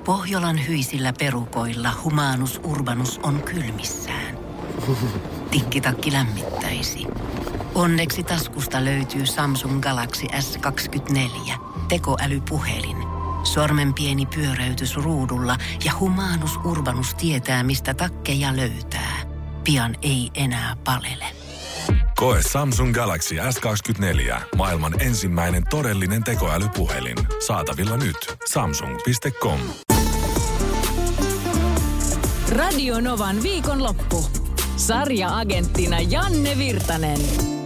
Pohjolan hyisillä perukoilla Humanus Urbanus on kylmissään. Tikkitakki lämmittäisi. Onneksi taskusta löytyy Samsung Galaxy S24. Tekoälypuhelin. Sormen pieni pyöräytys ruudulla ja Humanus Urbanus tietää, mistä takkeja löytää. Pian ei enää palele. Koe Samsung Galaxy S24. Maailman ensimmäinen todellinen tekoälypuhelin. Saatavilla nyt. Samsung.com. Radio Novan viikonloppu. Sarja-agenttina Janne Virtanen.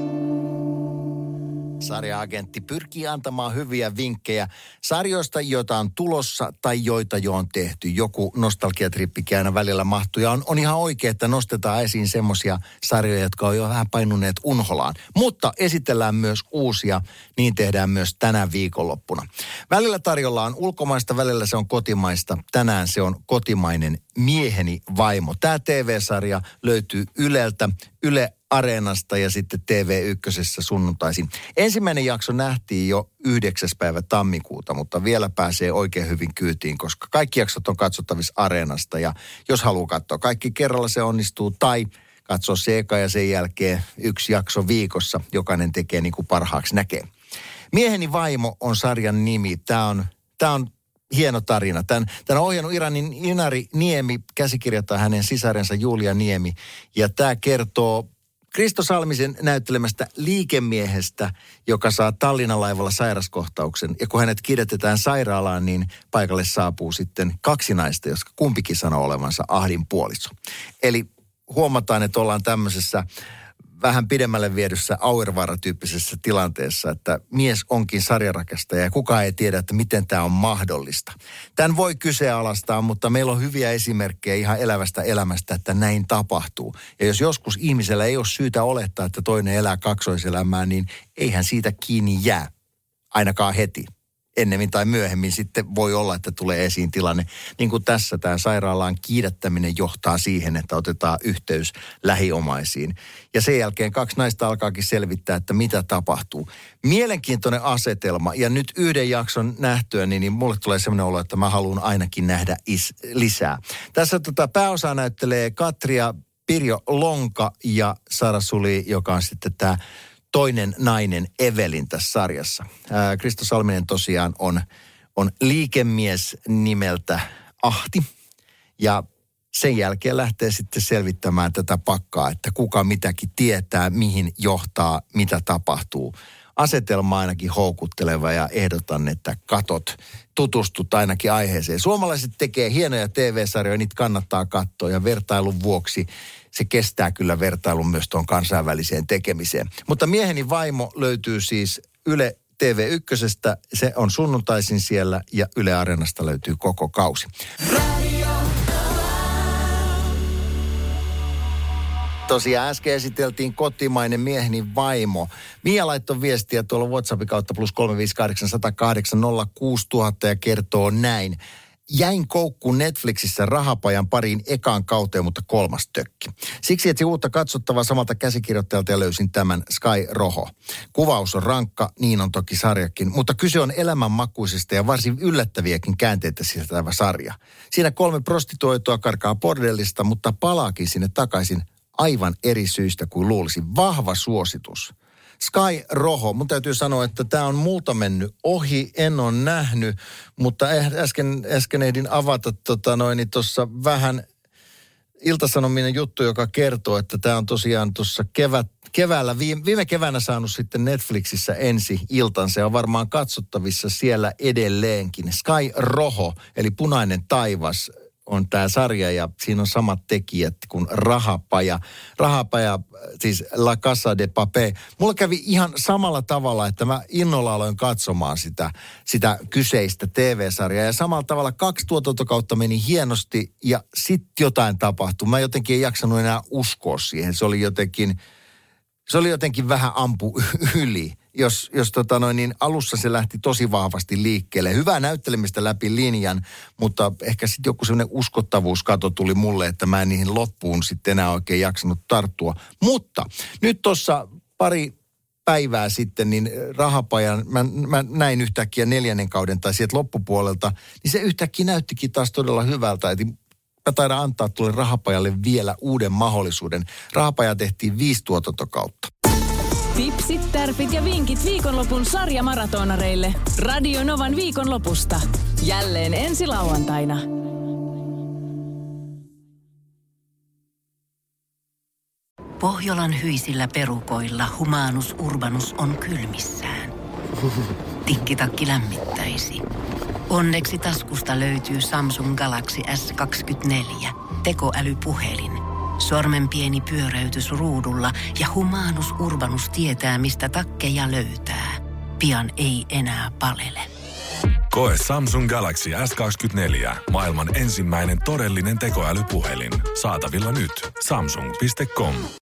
Sarja-agentti pyrkii antamaan hyviä vinkkejä sarjoista, joita on tulossa tai joita jo on tehty. Joku nostalgiatrippikin aina välillä mahtuu. Ja on ihan oikein, että nostetaan esiin semmoisia sarjoja, jotka on jo vähän painuneet unholaan. Mutta esitellään myös uusia, niin tehdään myös tänä viikonloppuna. Välillä tarjolla on ulkomaista, välillä se on kotimaista. Tänään se on kotimainen Mieheni vaimo. Tämä TV-sarja löytyy Yleltä, Yle Areenasta ja sitten TV1 sunnuntaisin. Ensimmäinen jakso nähtiin jo 9. päivä tammikuuta, mutta vielä pääsee oikein hyvin kyytiin, koska kaikki jaksot on katsottavissa Areenasta. Ja jos haluaa katsoa kaikki kerralla, se onnistuu, tai katsoa se eka ja sen jälkeen yksi jakso viikossa. Jokainen tekee niin kuin parhaaksi näkee. Mieheni vaimo on sarjan nimi. Tämä on hieno tarina. Tämän on ohjannut Iranin Inari Niemi, käsikirjoittaa hänen sisarensa Julia Niemi. Ja tämä kertoo Kristo Salmisen näyttelemästä liikemiehestä, joka saa Tallinnan laivalla sairaskohtauksen. Ja kun hänet kirjoitetaan sairaalaan, niin paikalle saapuu sitten 2 naista, jotka kumpikin sanoo olevansa ahdin puoliso. Eli huomataan, että ollaan tämmöisessä vähän pidemmälle viedyssä Auervaara-tyyppisessä tilanteessa, että mies onkin sarjarakastaja ja kukaan ei tiedä, että miten tämä on mahdollista. Tämän voi kyseenalaistaa, mutta meillä on hyviä esimerkkejä ihan elävästä elämästä, että näin tapahtuu. Ja jos joskus ihmisellä ei ole syytä olettaa, että toinen elää kaksoiselämää, niin eihän siitä kiinni jää, ainakaan heti. Ennemmin tai myöhemmin sitten voi olla, että tulee esiin tilanne. Niin kuin tässä tämä sairaalaan kiidättäminen johtaa siihen, että otetaan yhteys lähiomaisiin. Ja sen jälkeen 2 naista alkaakin selvittää, että mitä tapahtuu. Mielenkiintoinen asetelma. Ja nyt 1 jakson nähtyä, niin mulle tulee sellainen olo, että mä haluan ainakin nähdä lisää. Tässä pääosaa näyttelee Katria Pirjo Lonka ja Sara Suli, joka on sitten tämä toinen nainen Evelin tässä sarjassa. Kristo Salminen tosiaan on liikemies nimeltä Ahti. Ja sen jälkeen lähtee sitten selvittämään tätä pakkaa, että kuka mitäkin tietää, mihin johtaa, mitä tapahtuu. Asetelma ainakin houkutteleva ja ehdotan, että tutustut ainakin aiheeseen. Suomalaiset tekee hienoja TV-sarjoja, niitä kannattaa katsoa ja vertailun vuoksi se kestää kyllä vertailun myös tuon kansainväliseen tekemiseen. Mutta Mieheni vaimo löytyy siis Yle TV1, se on sunnuntaisin siellä ja Yle Areenasta löytyy koko kausi. Tosiaan äsken esiteltiin kotimainen Mieheni vaimo. Mia laittoi viestiä tuolla WhatsAppin kautta +358 108 06000 ja kertoo näin. Jäin koukkuun Netflixissä Rahapajan pariin ekaan kauteen, mutta 3. tökki. Siksi etsin uutta katsottavaa samalta käsikirjoittajalta ja löysin tämän Sky Roho. Kuvaus on rankka, niin on toki sarjakin, mutta kyse on elämänmakuisesta ja varsin yllättäviäkin käänteitä sisältävä sarja. Siinä 3 prostituoitua karkaa bordellista, mutta palaakin sinne takaisin aivan eri syistä kuin luulisin. Vahva suositus. Sky Roho, mun täytyy sanoa, että tämä on multa mennyt ohi, en ole nähnyt, mutta äsken ehdin avata tuossa vähän Ilta-Sanominen juttu, joka kertoo, että tämä on tosiaan tuossa keväällä, viime keväänä saanut sitten Netflixissä ensi iltansa ja on varmaan katsottavissa siellä edelleenkin. Sky Roho, eli Punainen taivas, on tämä sarja ja siinä on samat tekijät kuin Rahapaja, siis La Casa de Papel. Mulla kävi ihan samalla tavalla, että mä innolla aloin katsomaan sitä kyseistä TV-sarjaa. Ja samalla tavalla 2 tuotantokautta meni hienosti ja sitten jotain tapahtui. Mä jotenkin en jaksanut enää uskoa siihen. Se oli jotenkin vähän ampu yli. Jos niin alussa se lähti tosi vahvasti liikkeelle. Hyvää näyttelemistä läpi linjan, mutta ehkä sitten joku semmoinen uskottavuuskato tuli mulle, että mä en niihin loppuun sitten enää oikein jaksanut tarttua. Mutta nyt tuossa pari päivää sitten, niin Rahapajan, mä näin yhtäkkiä 4. kauden tai sieltä loppupuolelta, niin se yhtäkkiä näyttikin taas todella hyvältä. Että mä taidan antaa tuolle Rahapajalle vielä uuden mahdollisuuden. Rahapaja tehtiin 5 tuotantokautta. Tipsit, tärpit ja vinkit viikonlopun sarjamaratonareille. Radio Novan viikonlopusta. Jälleen ensi lauantaina. Pohjolan hyisillä perukoilla Humanus Urbanus on kylmissään. Tikkitakki lämmittäisi. Onneksi taskusta löytyy Samsung Galaxy S24. Tekoälypuhelin. Sormen pieni pyöräytys ruudulla ja Humanus Urbanus tietää, mistä takkeja löytää. Pian ei enää palele. Koe Samsung Galaxy S24. Maailman ensimmäinen todellinen tekoälypuhelin. Saatavilla nyt. Samsung.com.